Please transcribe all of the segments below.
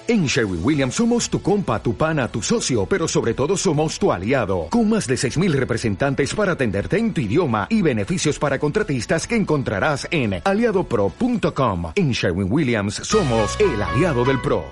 En Sherwin-Williams somos tu compa, tu pana, tu socio, pero sobre todo somos tu aliado, con más de 6,000 representantes para atenderte en tu idioma y beneficios para contratistas que encontrarás en aliadopro.com. En Sherwin-Williams somos el aliado del pro.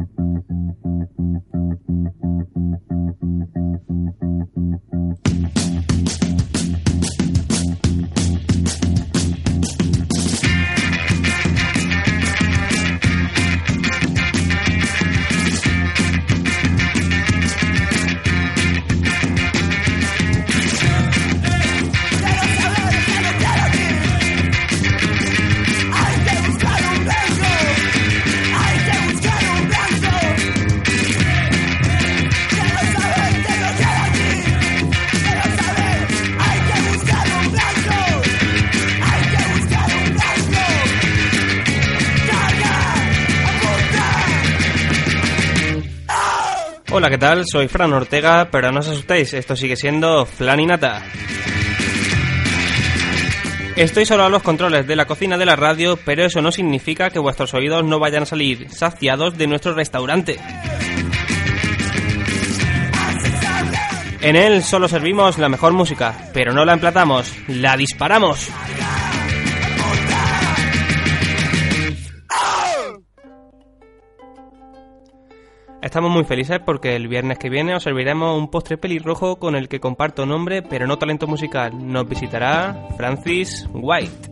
Hola, ¿qué tal? Soy Fran Ortega, pero no os asustéis, esto sigue siendo Flan y Nata. Estoy solo a los controles de la cocina de la radio, pero eso no significa que vuestros oídos no vayan a salir saciados de nuestro restaurante. En él solo servimos la mejor música, pero no la emplatamos, la disparamos. Estamos muy felices porque el viernes que viene os serviremos un postre pelirrojo con el que comparto nombre pero no talento musical. Nos visitará Francis White.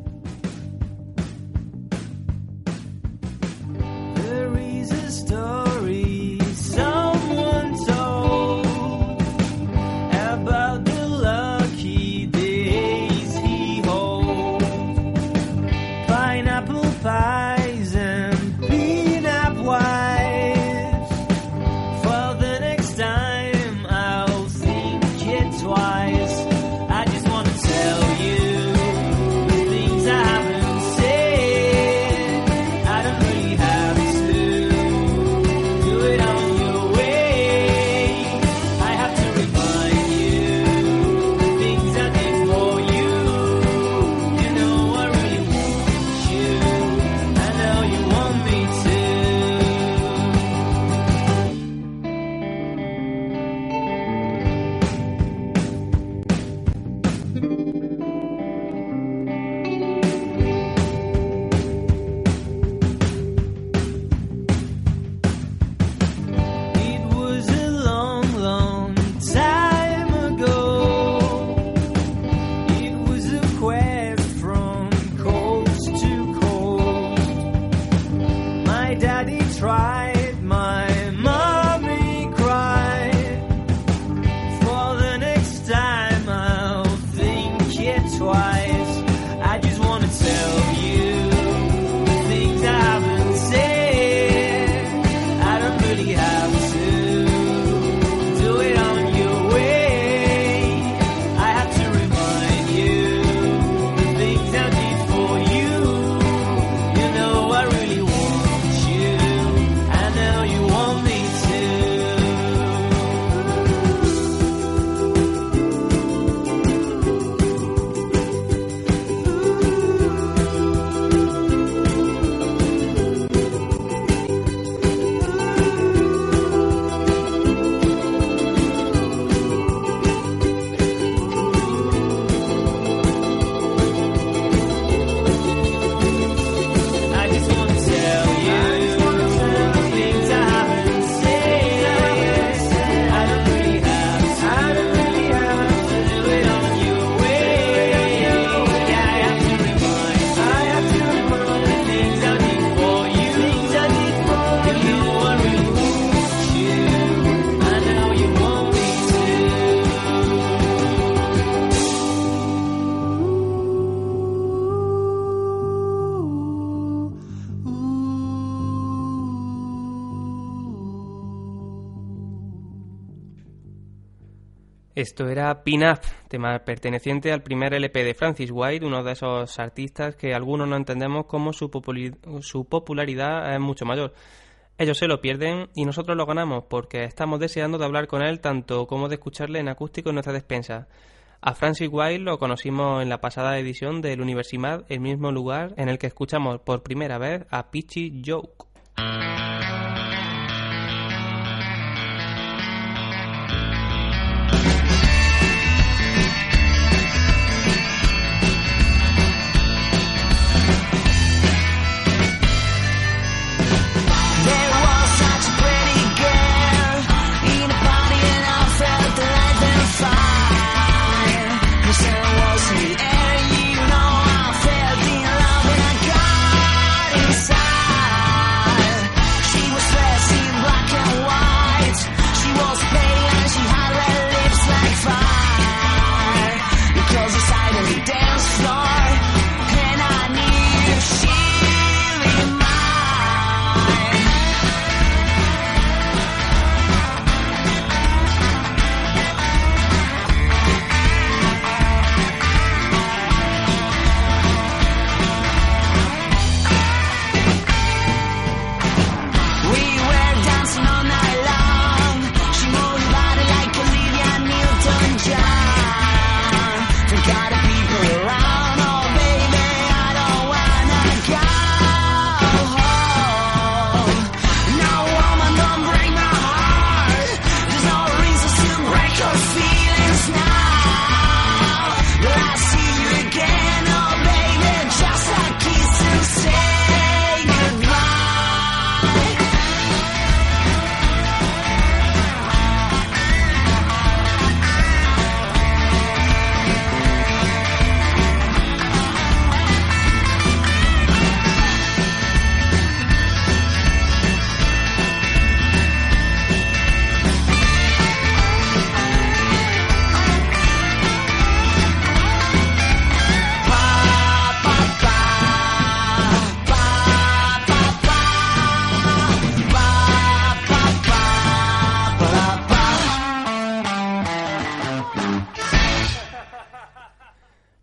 Esto era Pin Up, tema perteneciente al primer LP de Francis White, uno de esos artistas que algunos no entendemos como su popularidad es mucho mayor. Ellos se lo pierden y nosotros lo ganamos porque estamos deseando de hablar con él tanto como de escucharle en acústico en nuestra despensa. A Francis White lo conocimos en la pasada edición del Universimad, el mismo lugar en el que escuchamos por primera vez a Peachy Joke.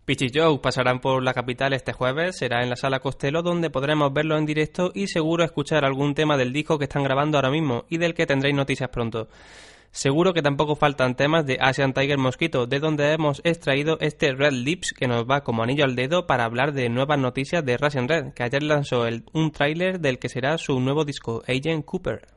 Peachy Joe pasarán por la capital este jueves, será en la Sala Costello donde podremos verlo en directo y seguro escuchar algún tema del disco que están grabando ahora mismo y del que tendréis noticias pronto. Seguro que tampoco faltan temas de Asian Tiger Mosquito, de donde hemos extraído este Red Lips que nos va como anillo al dedo para hablar de nuevas noticias de Russian Red, que ayer lanzó un tráiler del que será su nuevo disco, Agent Cooper.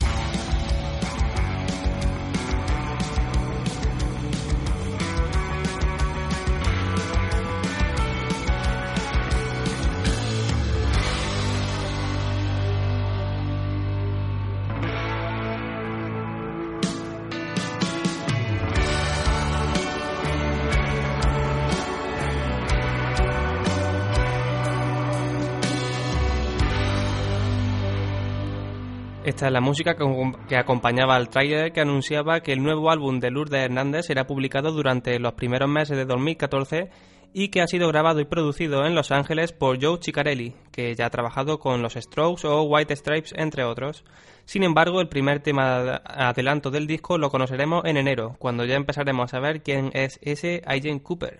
Esta es la música que acompañaba al tráiler que anunciaba que el nuevo álbum de Lourdes Hernández será publicado durante los primeros meses de 2014 y que ha sido grabado y producido en Los Ángeles por Joe Ciccarelli, que ya ha trabajado con los Strokes o White Stripes, entre otros. Sin embargo, el primer tema adelanto del disco lo conoceremos en enero, cuando ya empezaremos a saber quién es ese Agent Cooper.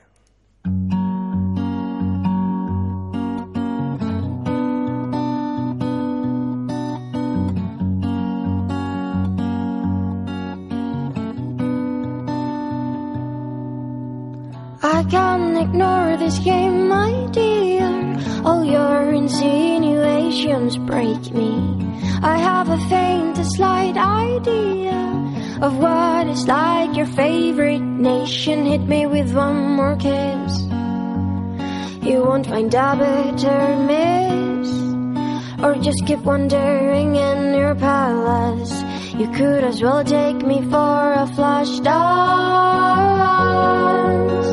I can't ignore this game, my dear. All your insinuations break me. I have a faint, a slight idea of what it's like your favorite nation. Hit me with one more kiss. You won't find a better miss. Or just keep wandering in your palace. You could as well take me for a flash dance.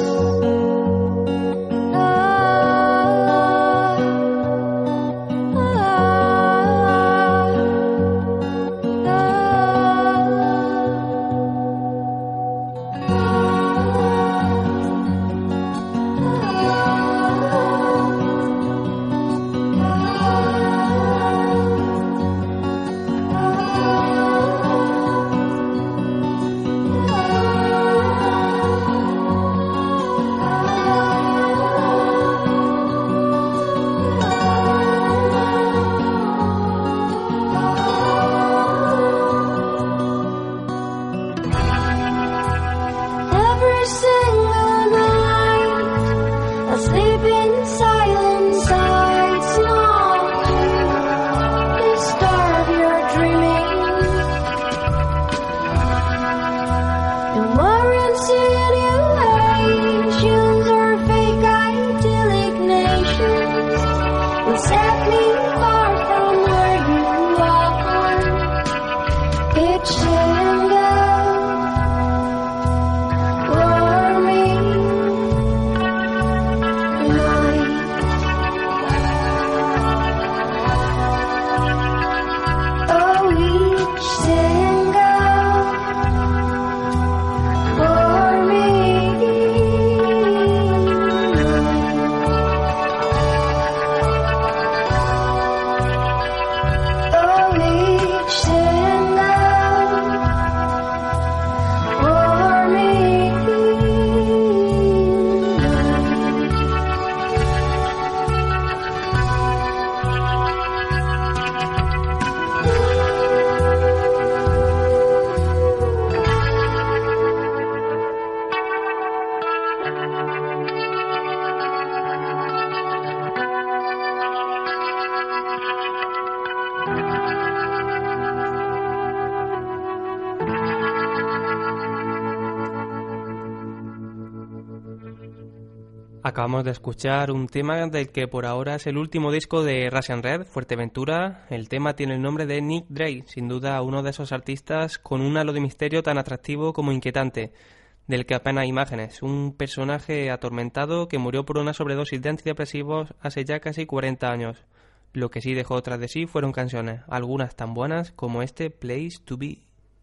Acabamos de escuchar un tema del que por ahora es el último disco de Russian Red, Fuerteventura. El tema tiene el nombre de Nick Drake, sin duda uno de esos artistas con un halo de misterio tan atractivo como inquietante, del que apenas hay imágenes. Un personaje atormentado que murió por una sobredosis de antidepresivos hace ya casi 40 años. Lo que sí dejó tras de sí fueron canciones, algunas tan buenas como este Place to Be.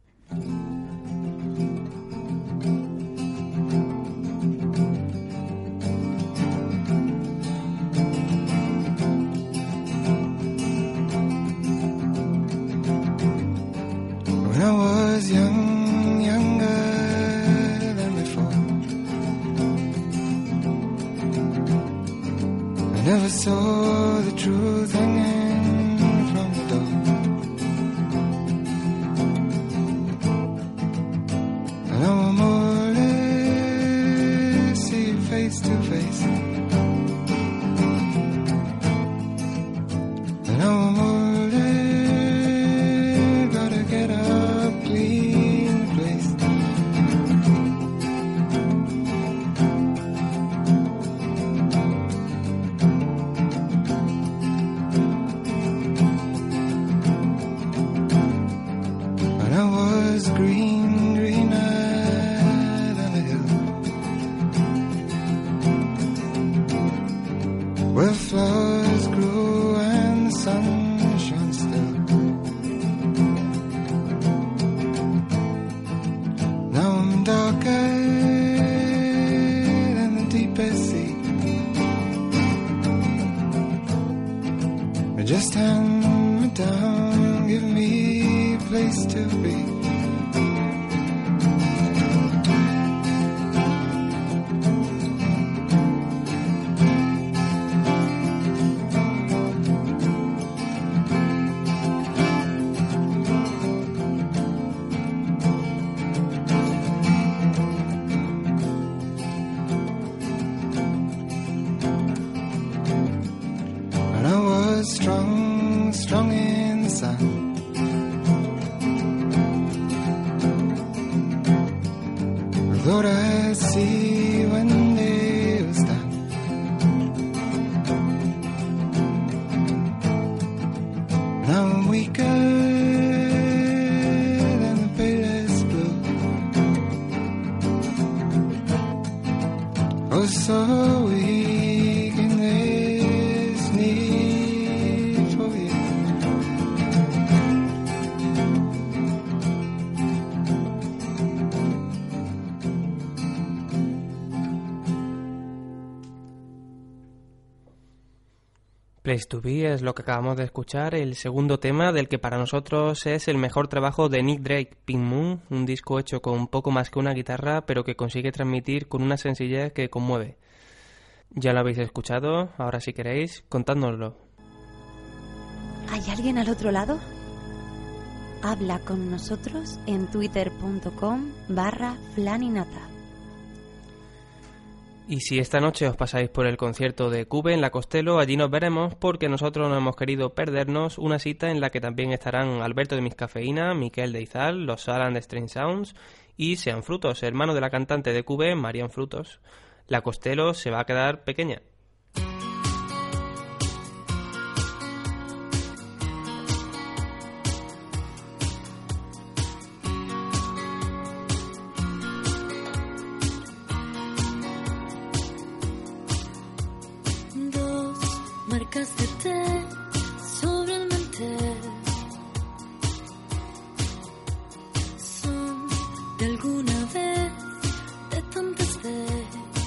When I was young, younger than before, never saw the truth hanging from the door. And I will more or less see you face to face. And I will more or less gotta get up, clean the place. And I was green, greener than the hill, where flowers grew and the sun shone still. Now I'm darker than the deepest sea. Just hand me down, give me a place to be. And I was strong, strong in the sun. I thought I'd see when day was done. Now I'm weaker than the palest blue. Oh, so weak in this need for you. Place to Be es lo que acabamos de escuchar, el segundo tema del que para nosotros es el mejor trabajo de Nick Drake, Pink Moon, un disco hecho con poco más que una guitarra, pero que consigue transmitir con una sencillez que conmueve. Ya lo habéis escuchado, ahora si queréis, contádnoslo. ¿Hay alguien al otro lado? Habla con nosotros en twitter.com/flaninata. Y si esta noche os pasáis por el concierto de Cube en la Costello, allí nos veremos porque nosotros no hemos querido perdernos una cita en la que también estarán Alberto de Miscafeína, Miquel de Izal, los Alan de Strange Sounds y Sean Frutos, hermano de la cantante de Cube, Marian Frutos. La Costello se va a quedar pequeña. Marcas de té sobre el mantel son de alguna vez, de tantas veces.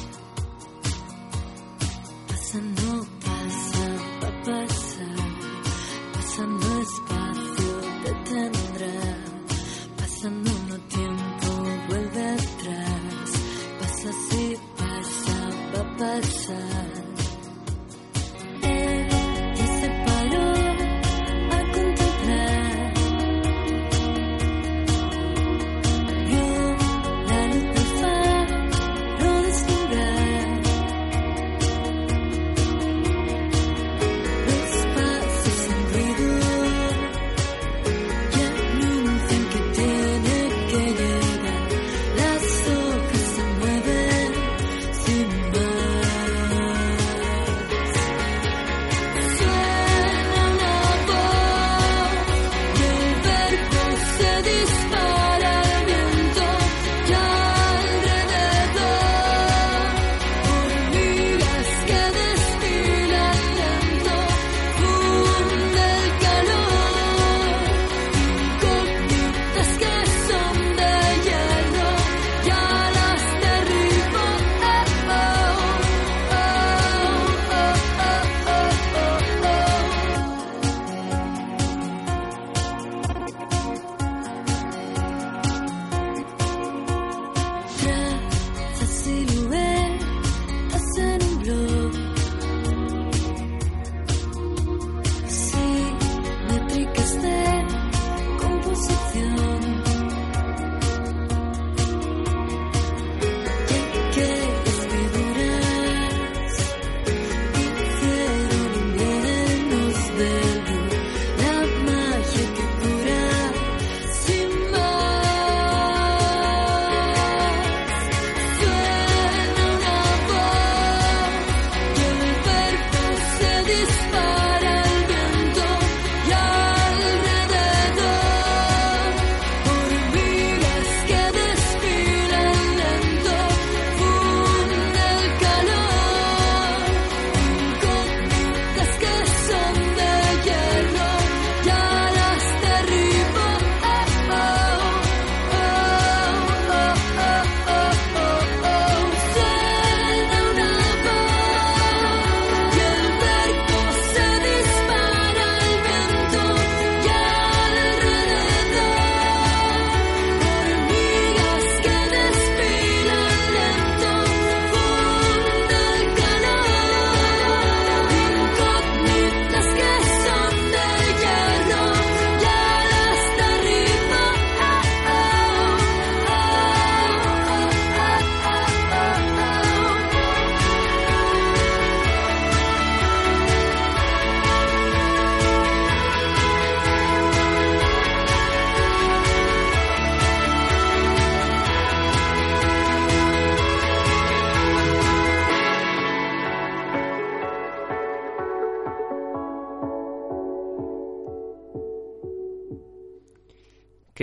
Pasa, no pasa, va a pasar. Pasando espacio detendrá. Pasando no tiempo vuelve atrás. Pasa si pasa, va a pasar.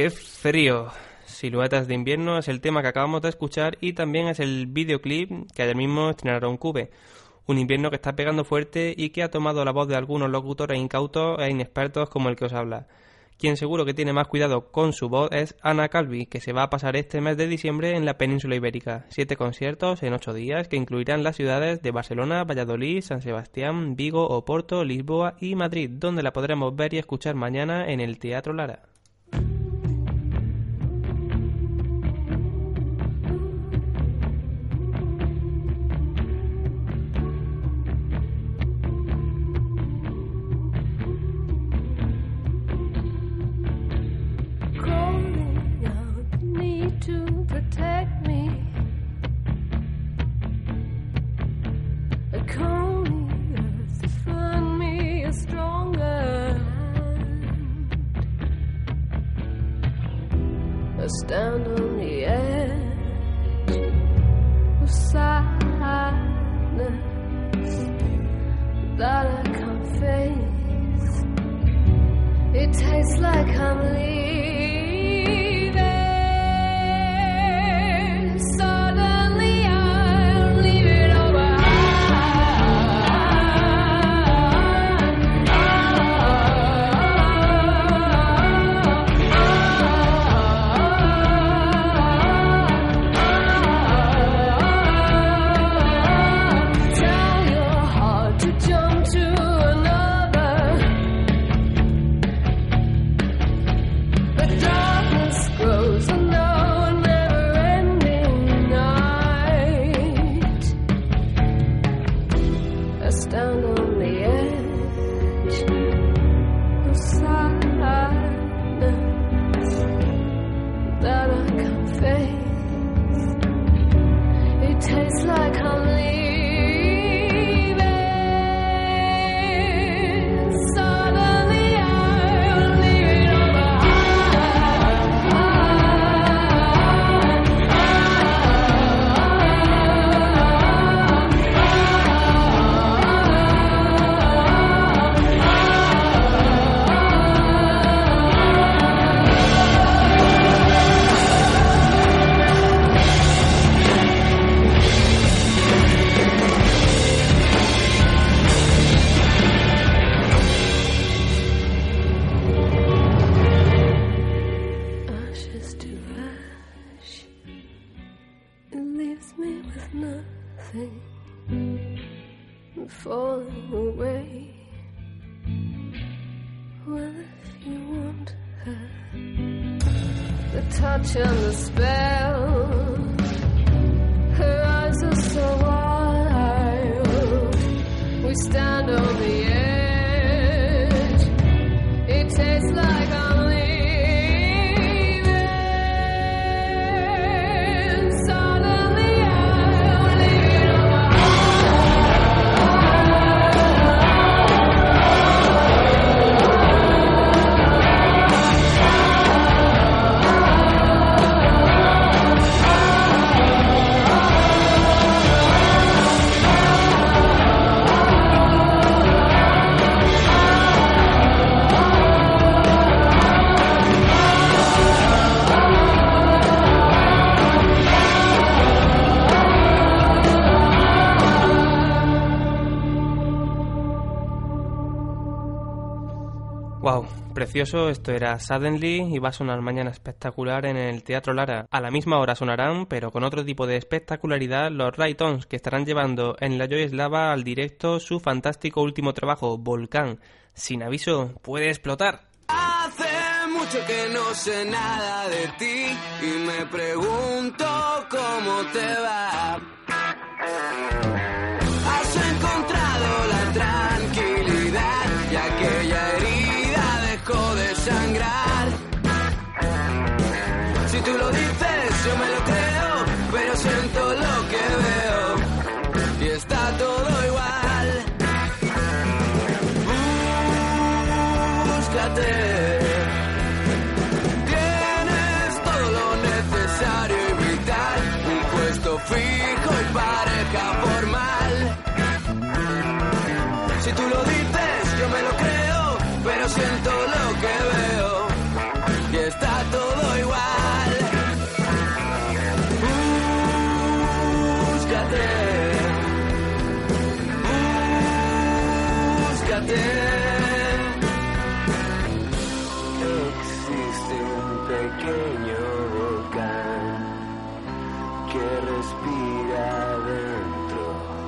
¡Qué frío! Siluetas de invierno es el tema que acabamos de escuchar y también es el videoclip que ayer mismo estrenaron Cube. Un invierno que está pegando fuerte y que ha tomado la voz de algunos locutores incautos e inexpertos como el que os habla. Quien seguro que tiene más cuidado con su voz es Ana Calvi, que se va a pasar este mes de diciembre en la península ibérica. 7 conciertos en 8 días que incluirán las ciudades de Barcelona, Valladolid, San Sebastián, Vigo, Oporto, Lisboa y Madrid, donde la podremos ver y escuchar mañana en el Teatro Lara. Stand on the edge of sadness that I can't face. It tastes like I'm leaving. Suddenly I'll leave it all falling away. Well, if you want her, the touch and the spell, her eyes are so wild. We stand on the edge. It tastes like I'm leaving. Suddenly I'm leaving Wow, precioso, esto era Suddenly y va a sonar mañana espectacular en el Teatro Lara. A la misma hora sonarán, pero con otro tipo de espectacularidad, los Raytons, que estarán llevando en la Joy Slava al directo su fantástico último trabajo, Volcán. Sin aviso, puede explotar. Hace mucho que no sé nada de ti y me pregunto cómo te va. Has encontrado la tranquilidad y aquella herida dejó de sangrar. Si tú lo dices, yo me lo creo, pero siento lo que veo y está todo igual. Búscate. Tienes todo lo necesario y vital, un puesto fijo y pareja formal. Si tú lo dices, yo me lo creo, pero siento lo que veo y está todo pequeño volcán que respira dentro,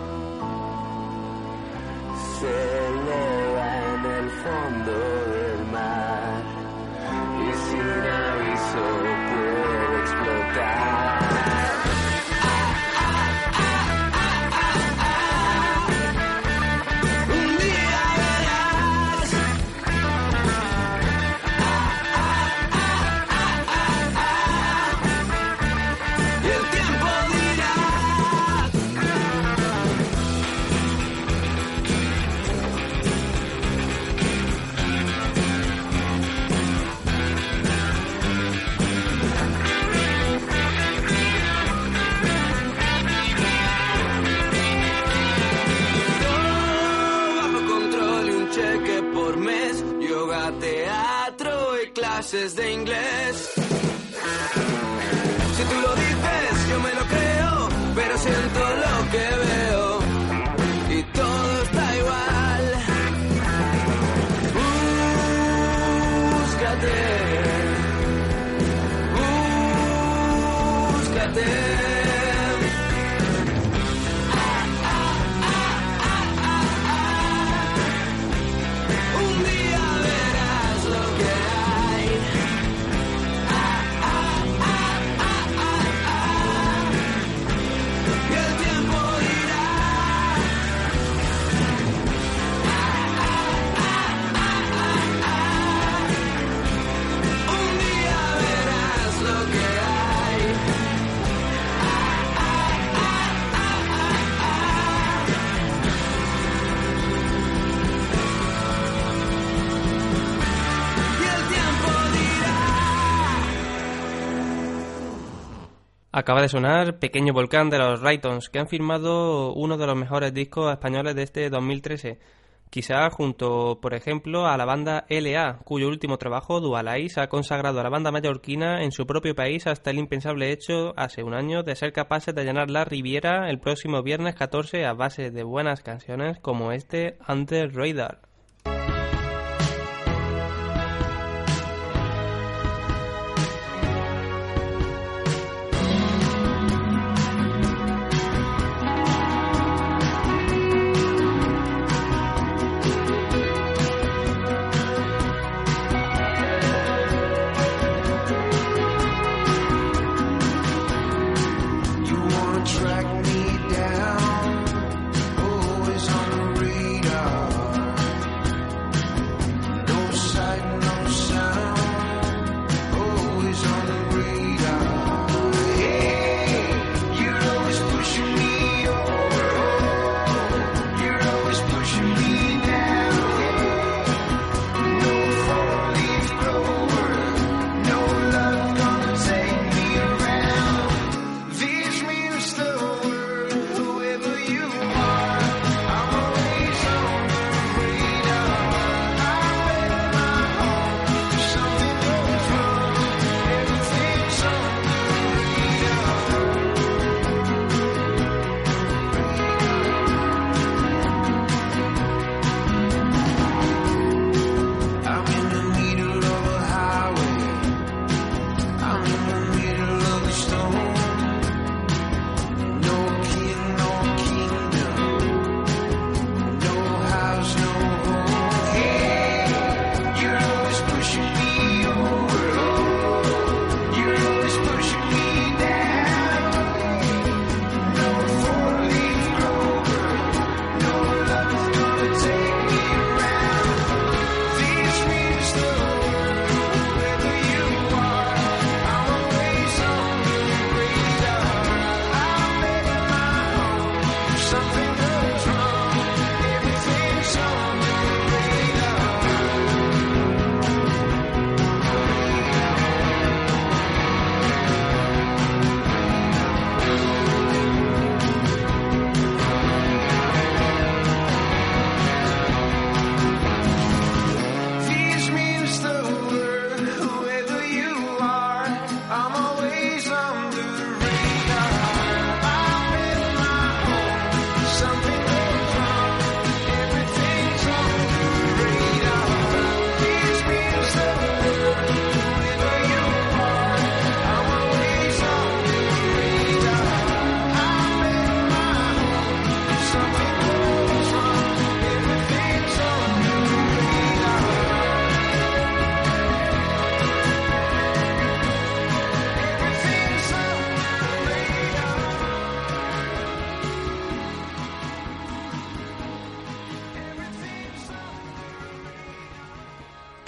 se eleva en el fondo del mar y sin aviso puede explotar. De inglés. Si tú lo dices, yo me lo creo, pero siento lo que veo y todo está igual. Búscate, búscate. Acaba de sonar Pequeño Volcán de los Raytons, que han firmado uno de los mejores discos españoles de este 2013. Quizá junto, por ejemplo, a la banda L.A., cuyo último trabajo, Dual Eyes, ha consagrado a la banda mallorquina en su propio país hasta el impensable hecho, hace un año, de ser capaces de llenar la Riviera el próximo viernes 14 a base de buenas canciones como este Under Radar. Everything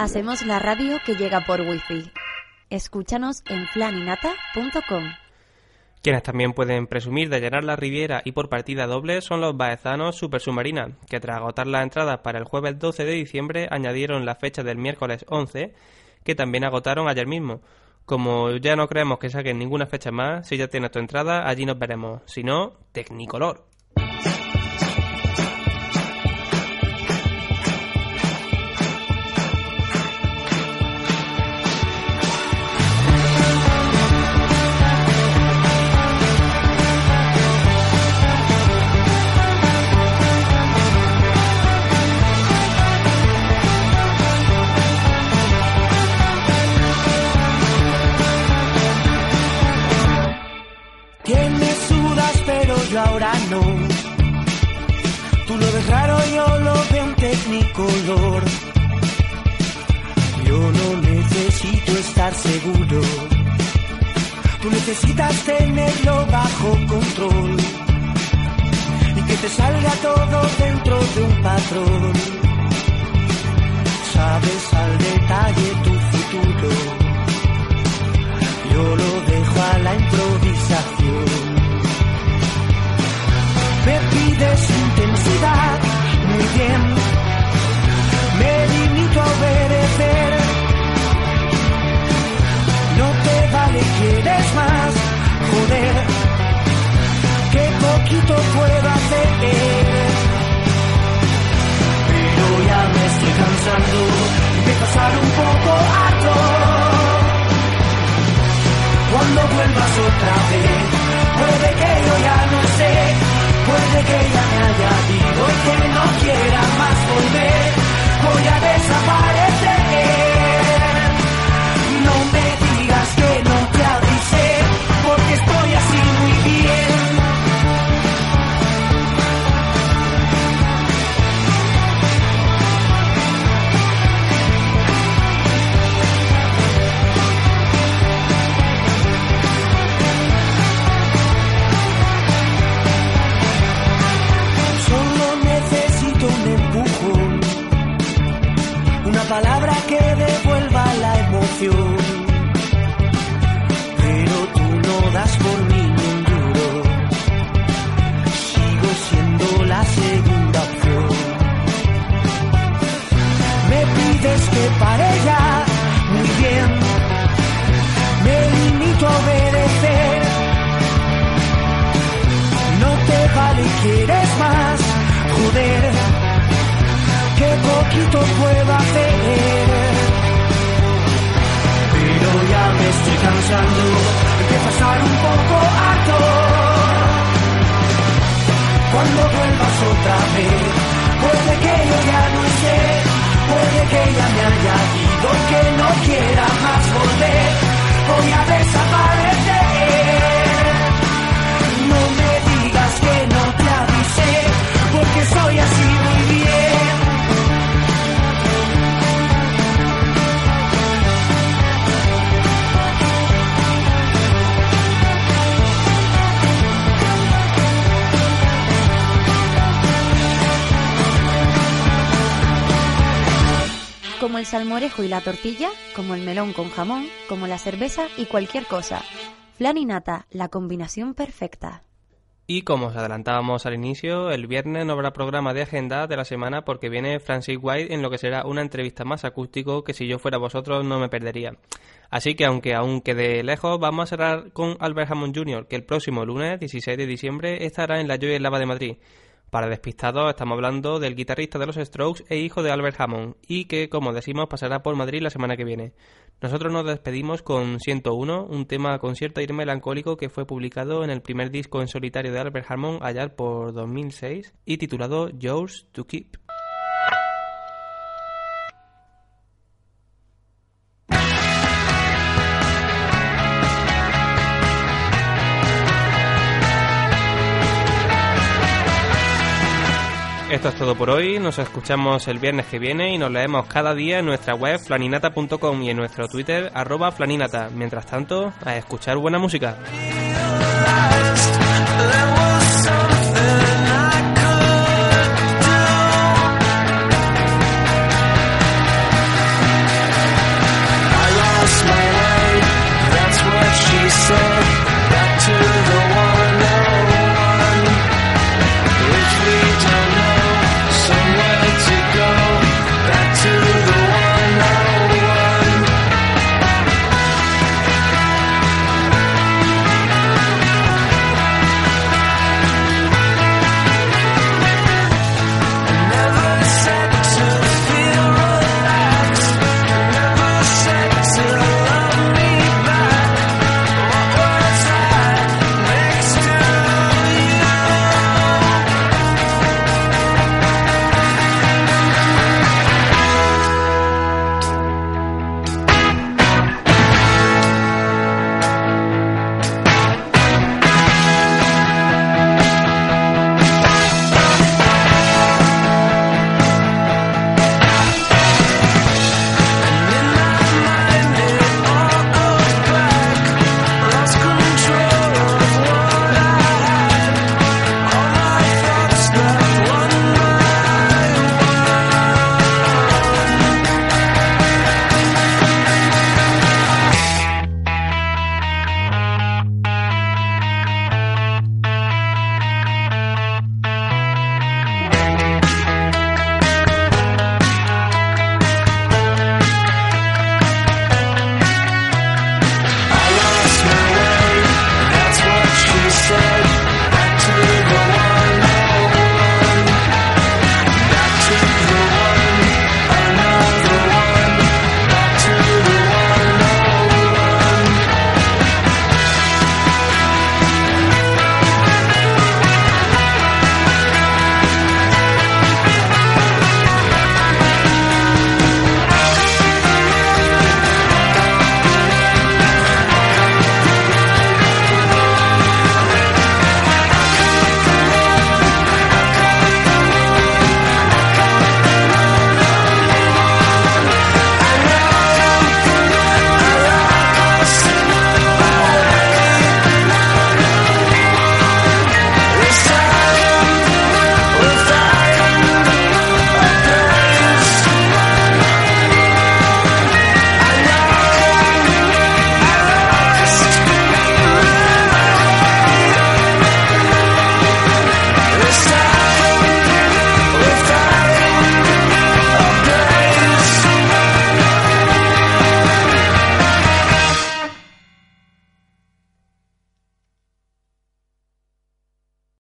Hacemos la radio que llega por wifi. Escúchanos en flaninata.com. Quienes también pueden presumir de llenar la Riviera y por partida doble son los baezanos Super Submarina, que tras agotar las entradas para el jueves 12 de diciembre añadieron la fecha del miércoles 11, que también agotaron ayer mismo. Como ya no creemos que saquen ninguna fecha más, si ya tienes tu entrada, allí nos veremos. Si no, Tecnicolor. Ahora no, tú lo ves raro, yo lo veo en Tecnicolor. Yo no necesito estar seguro, tú necesitas tenerlo bajo control y que te salga todo dentro de un patrón. Sabes al detalle tu futuro, yo lo dejo a la improvisación. Me pides intensidad, muy bien, me limito a obedecer. No te vale, quieres más, joder, qué poquito puedo hacer. Pero ya me estoy cansando de pasar un poco harto. Cuando vuelvas otra vez, puede que yo ya no sé. Puede que ya me haya ido y que no quiera más volver. Voy a desaparecer. No me digas que no te avisé, porque estoy así muy bien. Palabra que devuelva la emoción, pero tú no das por mí ni un duro. Sigo siendo la segunda opción. Me pides que pare ya, muy bien, me limito a obedecer. No te vale, quieres más, joder, qué poquito puedo hacer. Pero ya me estoy cansando de pasar un poco harto. Cuando vuelvas otra vez, puede que yo ya no esté, puede que ya me haya ido y que no quiera más volver. Voy a desaparecer. No me digas que no te avisé, porque soy así muy bien. Como el salmorejo y la tortilla, como el melón con jamón, como la cerveza y cualquier cosa. Flan y nata, la combinación perfecta. Y como os adelantábamos al inicio, el viernes no habrá programa de agenda de la semana porque viene Francis White en lo que será una entrevista más acústico que si yo fuera vosotros no me perdería. Así que aunque aún quede lejos, vamos a cerrar con Albert Hammond Jr., que el próximo lunes, 16 de diciembre, estará en la Joy Lava de Madrid. Para despistados, estamos hablando del guitarrista de los Strokes e hijo de Albert Hammond, y que, como decimos, pasará por Madrid la semana que viene. Nosotros nos despedimos con 101, un tema con cierto aire melancólico que fue publicado en el primer disco en solitario de Albert Hammond allá por 2006 y titulado Yours to Keep. Esto es todo por hoy, nos escuchamos el viernes que viene y nos leemos cada día en nuestra web flaninata.com y en nuestro Twitter @flaninata. Mientras tanto, a escuchar buena música.